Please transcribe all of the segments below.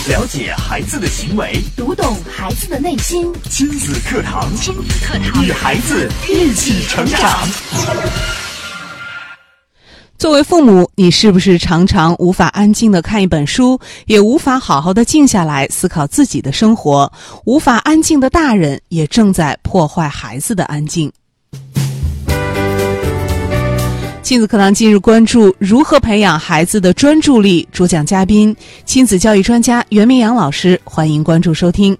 了解孩子的行为， 读懂孩子的内心。 亲子课堂，与孩子一起成长。 作为父母，你是不是常常无法安静地看一本书，也无法好好地静下来思考自己的生活？无法安静的大人，也正在破坏孩子的安静。亲子课堂今日关注如何培养孩子的专注力，主讲嘉宾亲子教育专家袁明阳老师，欢迎关注收听。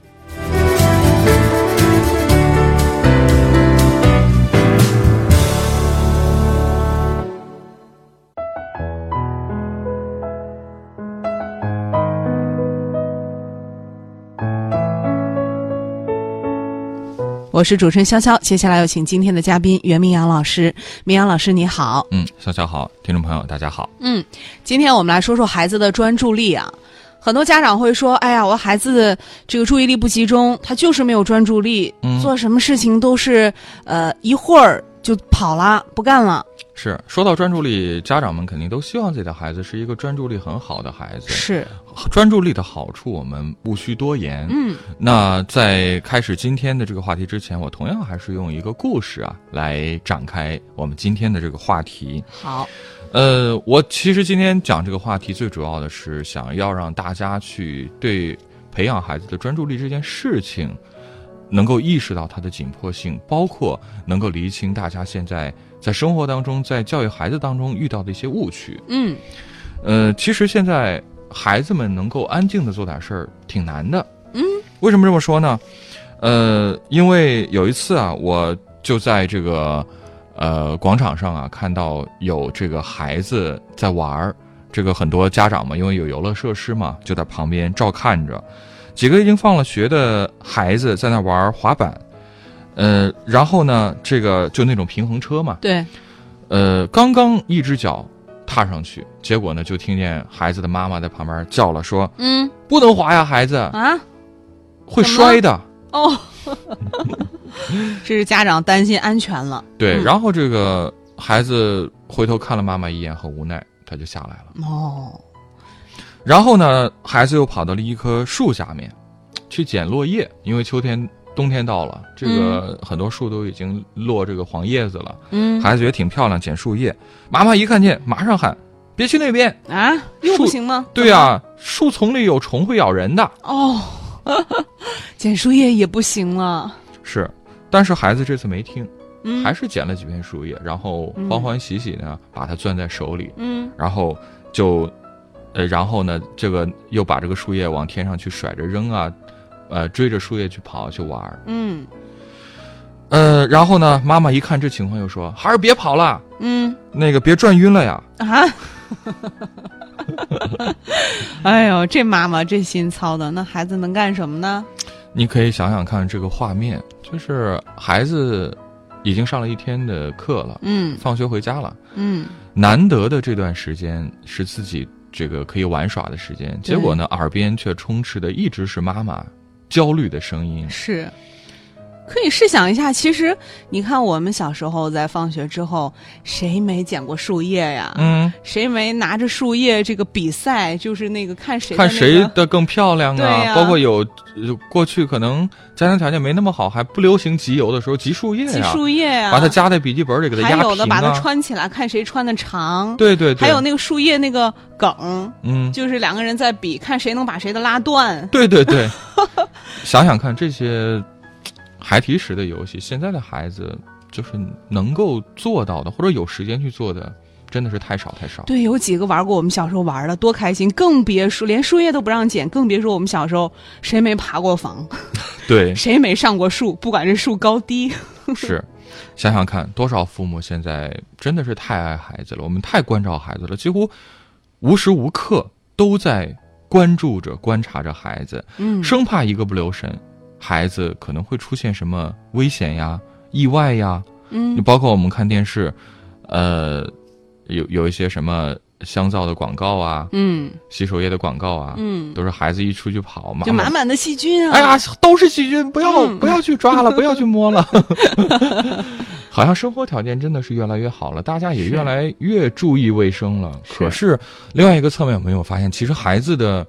我是主持人潇潇，接下来有请今天的嘉宾袁明阳老师。明阳老师你好。 潇潇好，听众朋友大家好。 今天我们来说说孩子的专注力啊。很多家长会说，哎呀，我孩子这个注意力不集中，他就是没有专注力，做什么事情都是一会儿就跑了，不干了。 是，说到专注力，家长们肯定都希望自己的孩子是一个专注力很好的孩子。 是， 专注力的好处我们无需多言。那在开始今天的这个话题之前，我同样还是用一个故事来展开我们今天的这个话题。 好。 我其实今天讲这个话题最主要的是想要让大家去对培养孩子的专注力这件事情能够意识到它的紧迫性，包括能够厘清大家现在在生活当中，在教育孩子当中遇到的一些误区。其实现在孩子们能够安静的做点事儿挺难的。为什么这么说呢？因为有一次我就在这个广场上看到有这个孩子在玩，这个很多家长嘛，因为有游乐设施嘛，就在旁边照看着。几个已经放了学的孩子在那玩滑板，然后呢，这个就那种平衡车嘛， 对， 刚刚一只脚踏上去，结果呢，就听见孩子的妈妈在旁边叫了，说，不能滑呀，孩子啊，会摔的。哦， 这是家长担心安全了。 对，然后这个孩子回头看了妈妈一眼，很无奈，他就下来了。 哦。 然后呢，孩子又跑到了一棵树下面去捡落叶，因为冬天到了，这个很多树都已经落这个黄叶子了。孩子觉得挺漂亮，捡树叶。妈妈一看见，马上喊：“别去那边啊！又不行吗？” 对啊，树丛里有虫会咬人的。 哦，捡树叶也不行了。是， 但是孩子这次没听，还是捡了几片树叶，然后欢欢喜喜的把它攥在手里。然后就。然后呢，这个又把这个树叶往天上去甩着扔追着树叶去跑去玩。然后呢，妈妈一看这情况又说：“孩儿别跑了，那个别转晕了呀。” 哎呦，这妈妈这心操的，那孩子能干什么呢？ 你可以想想看这个画面，就是孩子已经上了一天的课了，放学回家了，难得的这段时间是自己这个可以玩耍的时间，结果呢，耳边却充斥的一直是妈妈焦虑的声音。 是，可以试想一下，其实你看我们小时候在放学之后，谁没捡过树叶呀？谁没拿着树叶这个比赛，就是那个看谁的更漂亮啊！包括有过去可能家庭条件没那么好，还不流行集邮的时候，集树叶啊，把它夹在笔记本里给它压平啊。 还有的把它穿起来，看谁穿的长。 对。 还有那个树叶那个梗，就是两个人在比，看谁能把谁的拉断。 对。想想看这些孩提时的游戏，现在的孩子就是能够做到的，或者有时间去做的，真的是太少。 对，有几个玩过我们小时候玩的，多开心！更别说连树叶都不让捡，更别说我们小时候谁没爬过房， 对， 谁没上过树，不管这树高低。 是，想想看，多少父母现在真的是太爱孩子了，我们太关照孩子了，几乎无时无刻都在关注着、观察着孩子，生怕一个不留神，孩子可能会出现什么危险呀、意外呀。包括我们看电视，有一些什么香皂的广告啊，洗手液的广告啊，都是孩子一出去跑， 就满满的细菌啊！ 哎呀，都是细菌，不要去抓了，不要去摸了。好像生活条件真的是越来越好了，大家也越来越注意卫生了。可是另外一个侧面，有没有发现，其实孩子的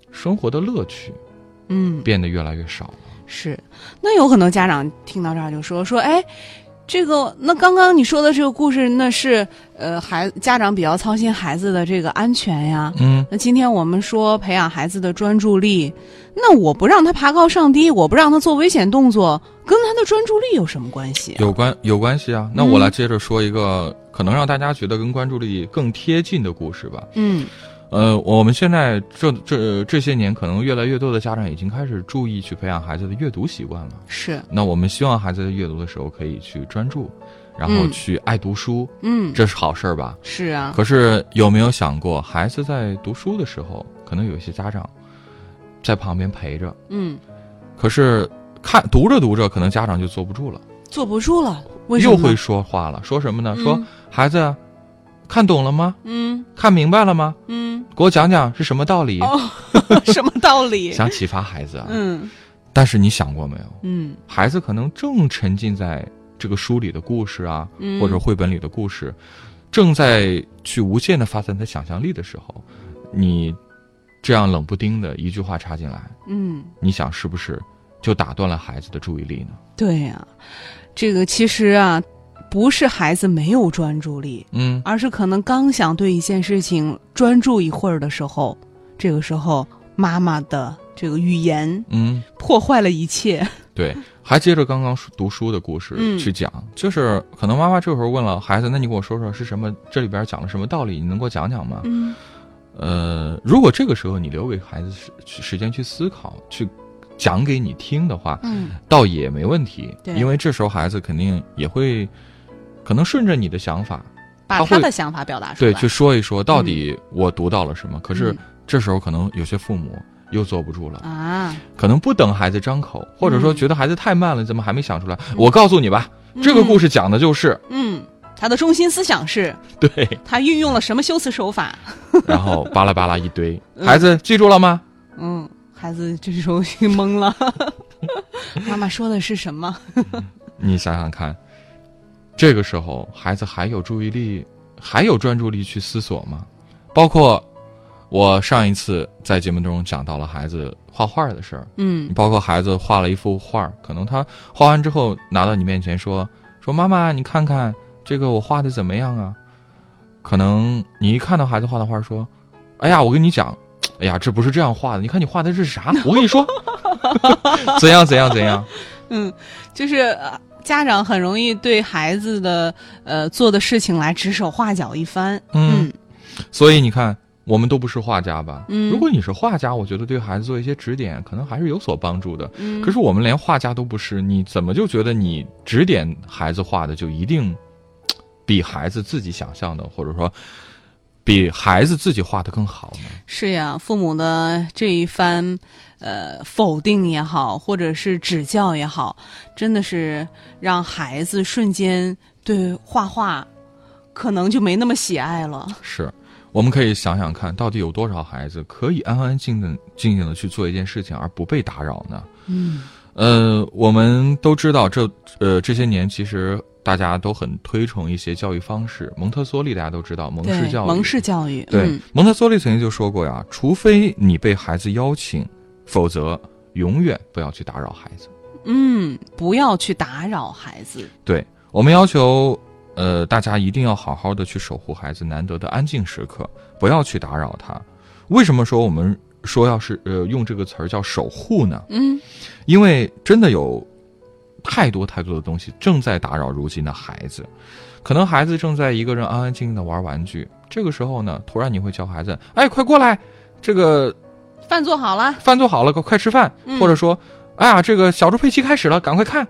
生活的乐趣，变得越来越少了。 是，那有很多家长听到这儿就说，哎，这个那刚刚你说的这个故事，那是家长比较操心孩子的这个安全呀。那今天我们说培养孩子的专注力，那我不让他爬高上低，我不让他做危险动作，跟他的专注力有什么关系？ 有关系啊。那我来接着说一个可能让大家觉得跟专注力更贴近的故事吧。我们现在这些年，可能越来越多的家长已经开始注意去培养孩子的阅读习惯了。 是。 那我们希望孩子在阅读的时候可以去专注，然后去爱读书。这是好事吧？ 是啊。 可是有没有想过，孩子在读书的时候，可能有一些家长在旁边陪着。可是读着读着，可能家长就坐不住了。为什么？又会说话了，说什么呢？说孩子，看懂了吗？看明白了吗？给我讲讲是什么道理？ 什么道理？ 想启发孩子啊。但是你想过没有？孩子可能正沉浸在这个书里的故事啊，或者绘本里的故事，正在去无限的发散他想象力的时候，你这样冷不丁的一句话插进来，你想是不是就打断了孩子的注意力呢？ 对呀，这个其实啊，不是孩子没有专注力，而是可能刚想对一件事情专注一会儿的时候，这个时候妈妈的这个语言，破坏了一切。 对，还接着刚刚读书的故事去讲，就是可能妈妈这会儿问了孩子，那你给我说说是什么？这里边讲了什么道理？你能给我讲讲吗？如果这个时候你留给孩子时间去思考，去讲给你听的话，倒也没问题，因为这时候孩子肯定也会，可能顺着你的想法， 把他的想法表达出来， 对，去说一说到底我读到了什么。可是这时候可能有些父母又坐不住了啊，可能不等孩子张口，或者说觉得孩子太慢了，怎么还没想出来？我告诉你吧，这个故事讲的就是他的中心思想是， 对， 他运用了什么修辞手法， 然后巴拉巴拉一堆，孩子记住了吗？ 孩子这时候懵了，妈妈说的是什么？ 你想想看，这个时候孩子还有注意力，还有专注力去思索吗？包括我上一次在节目中讲到了孩子画画的事儿，包括孩子画了一幅画，可能他画完之后拿到你面前说妈妈，你看看这个我画的怎么样啊？可能你一看到孩子画的画说，哎呀，我跟你讲，哎呀，这不是这样画的，你看你画的这是啥？我跟你说，怎样。 就是家长很容易对孩子的做的事情来指手画脚一番。 所以你看，我们都不是画家吧？如果你是画家，我觉得对孩子做一些指点，可能还是有所帮助的。可是我们连画家都不是，你怎么就觉得你指点孩子画的就一定比孩子自己想象的，或者说比孩子自己画的更好呢？ 是呀，父母的这一番否定也好，或者是指教也好，真的是让孩子瞬间对画画可能就没那么喜爱了。是， 我们可以想想看，到底有多少孩子可以安安静静的去做一件事情而不被打扰呢？我们都知道这些年其实大家都很推崇一些教育方式，蒙特梭利大家都知道，蒙氏教育。对，蒙特梭利曾经就说过呀，除非你被孩子邀请，否则永远不要去打扰孩子。 不要去打扰孩子。 对，我们要求大家一定要好好的去守护孩子难得的安静时刻，不要去打扰他。为什么说我们说要是用这个词儿叫守护呢？因为真的有太多的东西正在打扰如今的孩子。可能孩子正在一个人安安静静的玩玩具，这个时候呢，突然你会叫孩子，哎，快过来，这个饭做好了， 快吃饭。或者说，哎呀，这个小猪佩奇开始了，赶快看。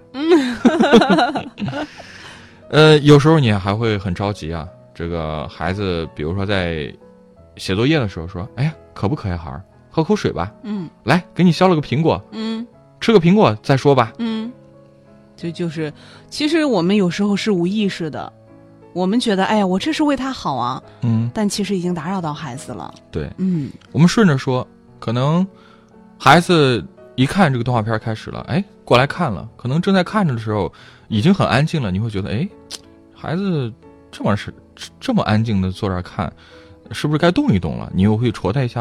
有时候你还会很着急啊，这个孩子比如说在写作业的时候说，哎呀，渴不渴呀孩儿，喝口水吧。来，给你削了个苹果。吃个苹果再说吧。 就是其实我们有时候是无意识的，我们觉得哎呀我这是为他好啊，但其实已经打扰到孩子了。 对，我们顺着说，可能孩子一看这个动画片开始了，哎，过来看了，可能正在看着的时候已经很安静了，你会觉得，哎，孩子这么安静的坐这儿看，是不是该动一动了？你又会戳他一下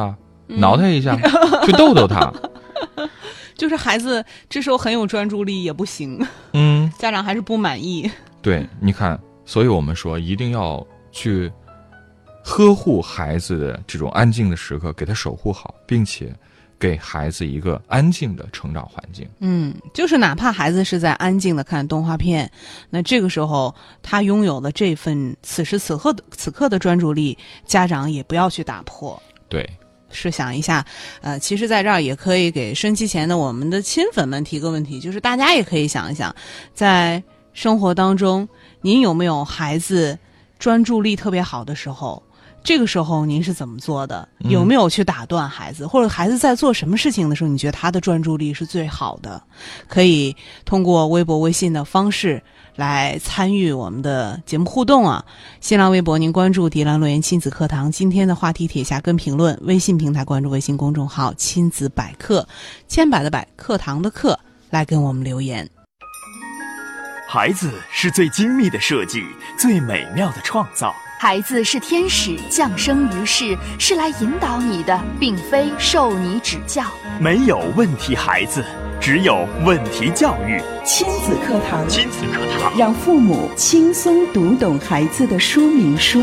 挠他一下，去逗逗他。 就是孩子这时候很有专注力也不行，家长还是不满意。 对，你看，所以我们说一定要去呵护孩子的这种安静的时刻，给他守护好，并且给孩子一个安静的成长环境。 就是哪怕孩子是在安静的看动画片，那这个时候他拥有的这份此时此刻的专注力，家长也不要去打破。 对。 试想一下，其实在这儿也可以给收音机前的我们的亲粉们提个问题，就是大家也可以想一想，在生活当中，您有没有孩子专注力特别好的时候？这个时候您是怎么做的？有没有去打断孩子，或者孩子在做什么事情的时候，你觉得他的专注力是最好的？可以通过微博、微信的方式来参与我们的节目互动啊！新浪微博您关注“迪兰乐园亲子课堂”，今天的话题帖下跟评论；微信平台关注微信公众号“亲子百科”，千百的百，课堂的课，来跟我们留言。 孩子是最精密的设计，最美妙的创造。 孩子是天使降生于世，是来引导你的，并非受你指教。 没有问题孩子，只有问题教育。 亲子课堂， 亲子课堂， 让父母轻松读懂孩子的说明书。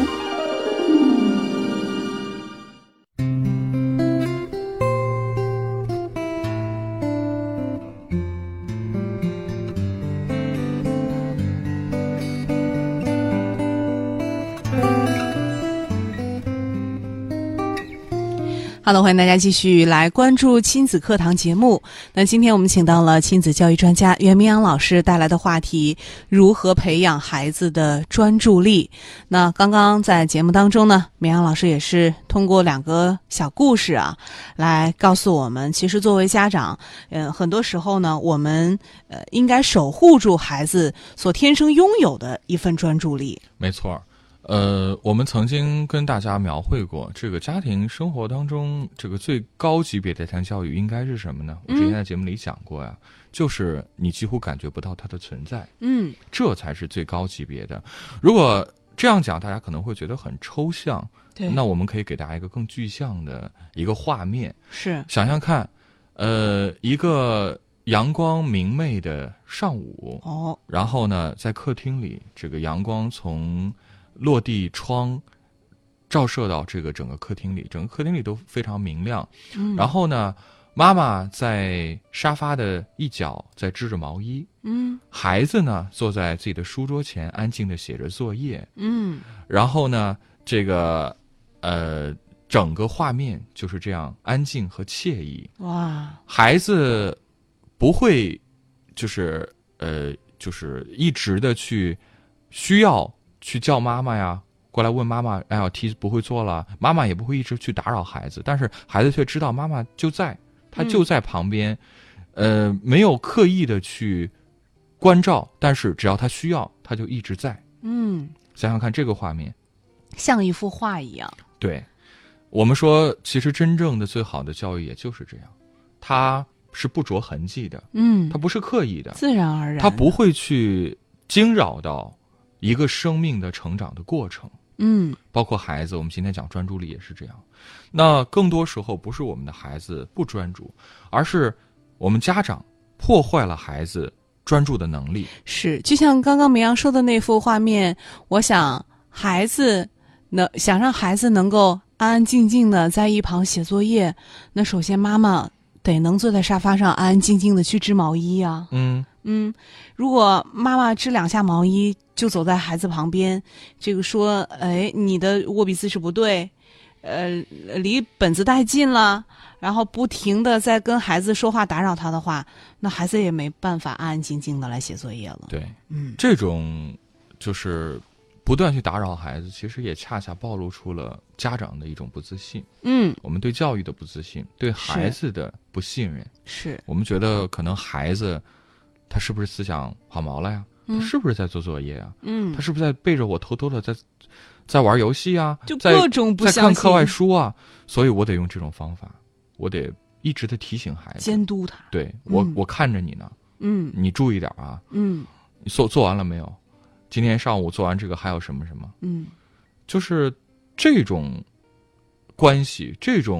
好的，欢迎大家继续来关注亲子课堂节目。那今天我们请到了亲子教育专家袁明阳老师带来的话题，如何培养孩子的专注力。那刚刚在节目当中呢，明阳老师也是通过2个小故事啊，来告诉我们，其实作为家长，很多时候呢，我们应该守护住孩子所天生拥有的一份专注力。 没错。我们曾经跟大家描绘过，这个家庭生活当中，这个最高级别的家庭教育应该是什么呢？我之前在节目里讲过呀，就是你几乎感觉不到它的存在，这才是最高级别的。如果这样讲，大家可能会觉得很抽象， 对， 那我们可以给大家一个更具象的一个画面， 是想想看，一个阳光明媚的上午，然后呢，在客厅里，这个阳光从落地窗照射到这个整个客厅里，整个客厅里都非常明亮。然后呢，妈妈在沙发的一角在织着毛衣，孩子呢坐在自己的书桌前安静地写着作业，然后呢，这个整个画面就是这样安静和惬意。哇，孩子不会就是一直的需要去叫妈妈呀，过来问妈妈，哎呀，题不会做了，妈妈也不会一直去打扰孩子，但是孩子却知道妈妈就在，他就在旁边，没有刻意的去关照，但是只要他需要，他就一直在。想想看这个画面， 像一幅画一样。 对，我们说，其实真正的最好的教育也就是这样，它是不着痕迹的，它不是刻意的， 自然而然， 它不会去惊扰到一个生命的成长的过程。包括孩子，我们今天讲专注力也是这样。那更多时候不是我们的孩子不专注，而是我们家长破坏了孩子专注的能力。 是，就像刚刚明阳说的那幅画面，我想想让孩子能够安安静静的在一旁写作业，那首先妈妈得能坐在沙发上安安静静的去织毛衣啊。如果妈妈织2下毛衣就走在孩子旁边，这个说，哎，你的握笔姿势不对，离本子太近了，然后不停的在跟孩子说话打扰他的话，那孩子也没办法安安静静的来写作业了。 对，这种就是不断去打扰孩子，其实也恰恰暴露出了家长的一种不自信。我们对教育的不自信，对孩子的不信任。 是我们觉得可能孩子他是不是思想跑毛了呀？他是不是在做作业啊？他是不是在背着我偷偷的在玩游戏啊？ 就各种不相信， 在看课外书啊？所以我得用这种方法，我得一直的提醒孩子， 监督他。 对，我看着你呢，你注意点啊。你做完了没有？今天上午做完这个还有什么什么？就是这种关系，这种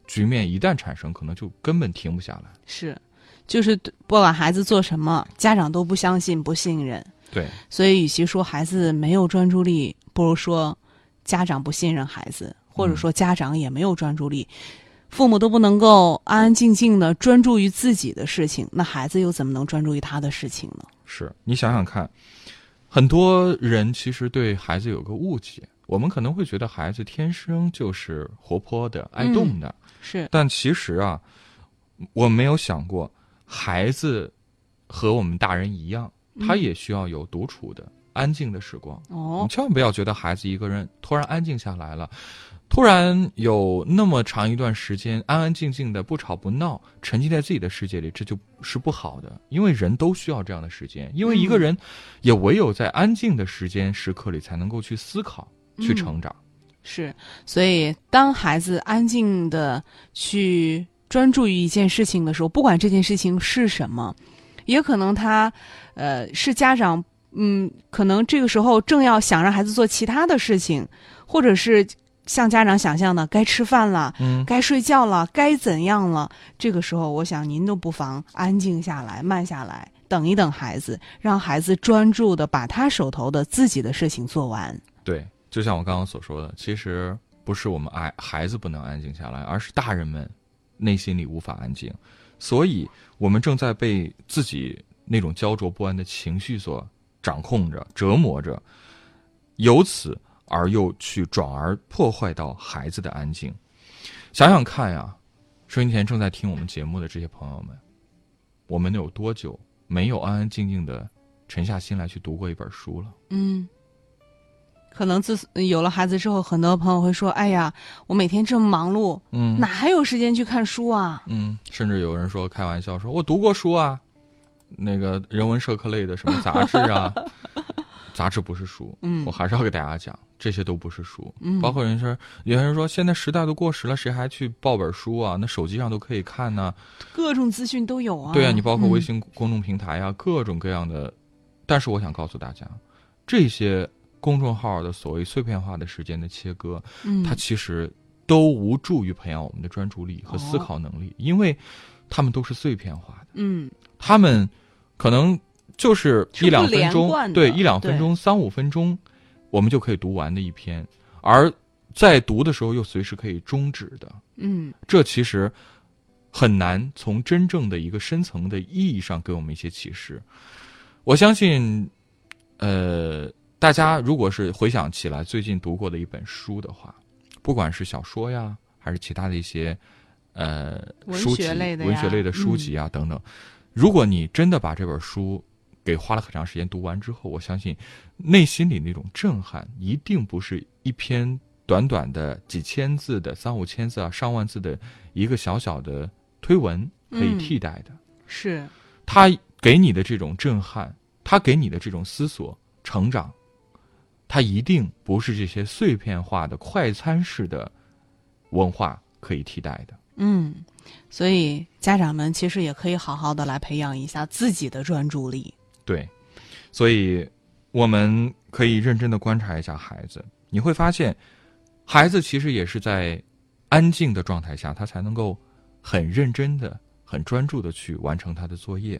局面一旦产生，可能就根本停不下来。 是，就是不管孩子做什么，家长都不相信、不信任。 对， 所以与其说孩子没有专注力，不如说家长不信任孩子，或者说家长也没有专注力。父母都不能够安安静静的专注于自己的事情，那孩子又怎么能专注于他的事情呢？ 是，你想想看，很多人其实对孩子有个误解，我们可能会觉得孩子天生就是活泼的、爱动的， 是。 但其实啊，我没有想过，孩子和我们大人一样，他也需要有独处的、安静的时光。你千万不要觉得孩子一个人突然安静下来了，突然有那么长一段时间安安静静的不吵不闹，沉浸在自己的世界里，这就是不好的。因为人都需要这样的时间，因为一个人也唯有在安静的时刻里才能够去思考、去成长。 是，所以当孩子安静的去专注于一件事情的时候，不管这件事情是什么，也可能他是家长可能这个时候正要想让孩子做其他的事情，或者是像家长想象的该吃饭了，该睡觉了，该怎样了，这个时候我想您都不妨安静下来，慢下来，等一等孩子，让孩子专注的把他手头的自己的事情做完。 对，就像我刚刚所说的，其实不是我们孩子不能安静下来，而是大人们内心里无法安静，所以我们正在被自己那种焦灼不安的情绪所掌控着、折磨着，由此而又去转而破坏到孩子的安静。想想看呀，收音前正在听我们节目的这些朋友们，我们有多久没有安安静静的沉下心来去读过一本书了？ 可能有了孩子之后，很多朋友会说：“哎呀，我每天这么忙碌，哪还有时间去看书啊？” 甚至有人说开玩笑说：“我读过书啊，那个人文社科类的什么杂志啊。”杂志不是书，我还是要给大家讲，这些都不是书。包括有人说现在时代都过时了，谁还去抱本书啊？那手机上都可以看呢， 各种资讯都有啊。 对啊，你包括微信公众平台啊，各种各样的。但是我想告诉大家，这些公众号的所谓碎片化的时间的切割，它其实都无助于培养我们的专注力和思考能力，因为他们都是碎片化的。他们可能就是一两分钟，对，1、2分钟、3、5分钟，我们就可以读完的一篇，而在读的时候又随时可以终止的。这其实很难从真正的一个深层的意义上给我们一些启示。我相信，大家如果是回想起来最近读过的一本书的话，不管是小说呀，还是其他的一些书籍、文学类的书籍啊等等，如果你真的把这本书给花了很长时间读完之后，我相信内心里那种震撼一定不是一篇短短的几千字的3、5千字啊、上万字的一个小小的推文可以替代的。 是他给你的这种震撼，他给你的这种思索成长，他一定不是这些碎片化的快餐式的文化可以替代的。 所以家长们其实也可以好好的来培养一下自己的专注力。 对，所以我们可以认真的观察一下孩子，你会发现孩子其实也是在安静的状态下，他才能够很认真的、很专注的去完成他的作业。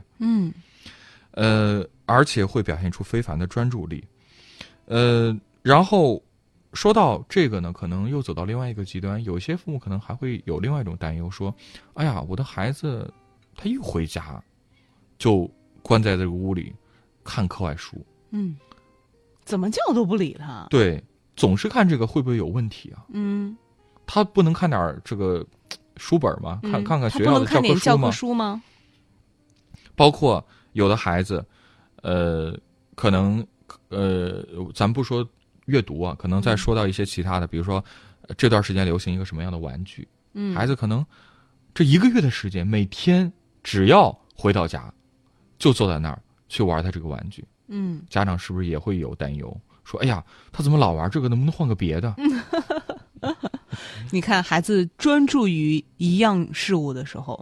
而且会表现出非凡的专注力。然后说到这个呢，可能又走到另外一个极端，有些父母可能还会有另外一种担忧，说：“哎呀，我的孩子他一回家就关在这个屋里看课外书， 怎么叫都不理他。 对，总是看这个会不会有问题啊？他不能看点这个书本吗？看看学校的教科书吗？包括有的孩子，可能咱不说阅读啊，可能再说到一些其他的，比如说这段时间流行一个什么样的玩具，孩子可能这1个月的时间，每天只要回到家，就坐在那儿去玩他这个玩具。家长是不是也会有担忧，说：“哎呀，他怎么老玩这个？能不能换个别的？” 你看，孩子专注于一样事物的时候，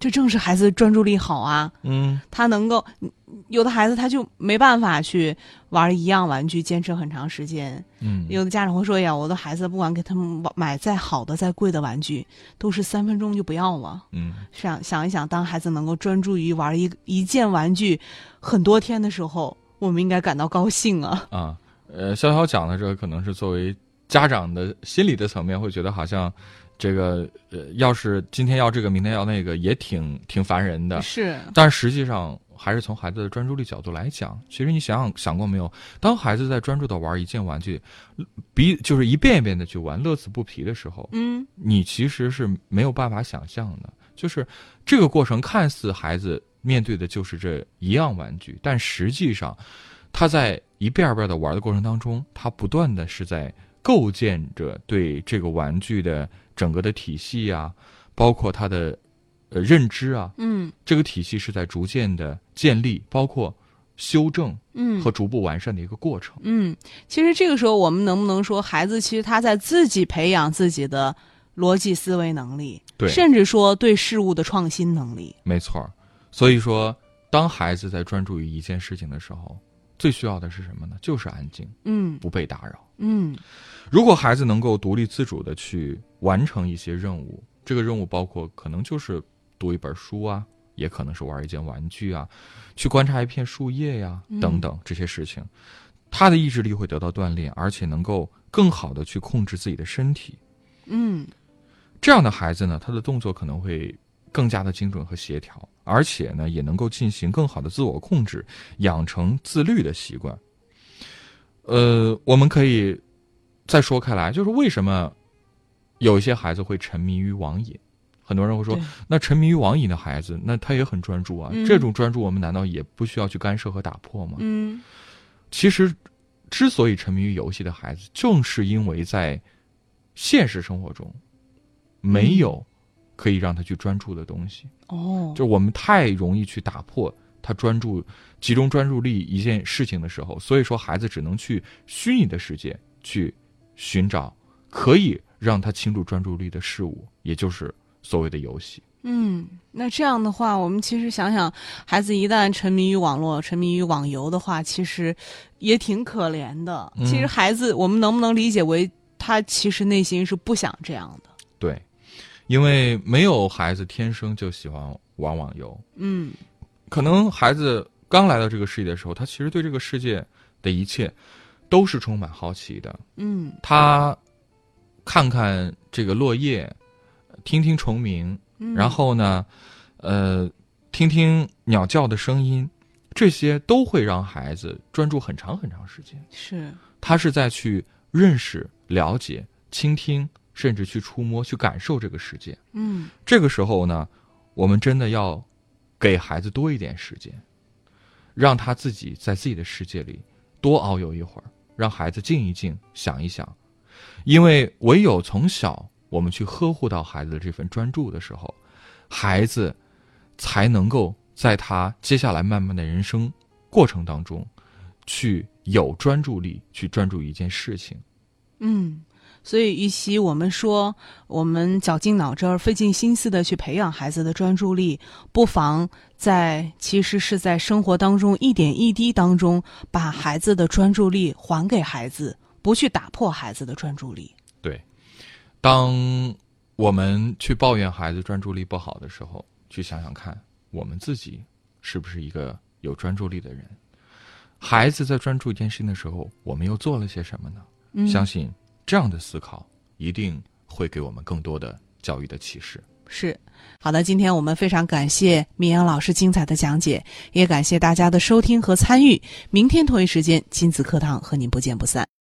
这正是孩子专注力好啊。他能够，有的孩子他就没办法去玩一样玩具坚持很长时间。有的家长会说呀，我的孩子不管给他们买再好的再贵的玩具，都是3分钟就不要了。想一想，当孩子能够专注于玩一件玩具很多天的时候，我们应该感到高兴啊。 潇潇讲的这个可能是作为家长的心理的层面，会觉得好像这个要是今天要这个明天要那个也挺烦人的。是，但实际上还是从孩子的专注力角度来讲，其实你想过没有，当孩子在专注的玩一件玩具，就是一遍一遍的去玩，乐此不疲的时候，你其实是没有办法想象的。就是这个过程看似孩子面对的就是这一样玩具，但实际上他在一遍遍的玩的过程当中，他不断的是在构建着对这个玩具的整个的体系啊，包括他的认知啊，这个体系是在逐渐的建立，包括修正，和逐步完善的一个过程。 其实这个时候我们能不能说，孩子其实他在自己培养自己的逻辑思维能力，对，甚至说对事物的创新能力。 没错，所以说，当孩子在专注于一件事情的时候，最需要的是什么呢？就是安静，不被打扰。如果孩子能够独立自主的去完成一些任务，这个任务包括可能就是读一本书啊，也可能是玩一件玩具啊，去观察一片树叶呀，等等这些事情，他的意志力会得到锻炼，而且能够更好的去控制自己的身体。这样的孩子呢，他的动作可能会更加的精准和协调，而且呢，也能够进行更好的自我控制，养成自律的习惯。我们可以再说开来，就是为什么有一些孩子会沉迷于网瘾？很多人会说，那沉迷于网瘾的孩子，那他也很专注啊。这种专注，我们难道也不需要去干涉和打破吗？其实，之所以沉迷于游戏的孩子，正是因为在现实生活中没有可以让他去专注的东西。就我们太容易去打破他集中专注力一件事情的时候，所以说孩子只能去虚拟的世界去寻找可以让他倾注专注力的事物，也就是所谓的游戏。 那这样的话，我们其实想想，孩子一旦沉迷于网络、沉迷于网游的话，其实也挺可怜的。其实孩子，我们能不能理解为他其实内心是不想这样的？ 对，因为没有孩子天生就喜欢玩网游。可能孩子刚来到这个世界的时候，他其实对这个世界的一切都是充满好奇的。他看看这个落叶，听听虫鸣，然后呢，听听鸟叫的声音，这些都会让孩子专注很长很长时间。他是在去认识、了解、倾听，甚至去触摸、去感受这个世界。这个时候呢，我们真的要给孩子多一点时间，让他自己在自己的世界里多遨游一会儿，让孩子静一静，想一想。因为唯有从小我们去呵护到孩子的这份专注的时候，孩子才能够在他接下来慢慢的人生过程当中去有专注力，去专注一件事情。 所以与其我们说我们绞尽脑汁费尽心思的去培养孩子的专注力，不妨其实是在生活当中一点一滴当中把孩子的专注力还给孩子，不去打破孩子的专注力。 对，当我们去抱怨孩子专注力不好的时候，去想想看我们自己是不是一个有专注力的人。孩子在专注一件事情的时候，我们又做了些什么呢？相信这样的思考一定会给我们更多的教育的启示。 是，好的，今天我们非常感谢明阳老师精彩的讲解，也感谢大家的收听和参与。明天同一时间，亲子课堂和您不见不散。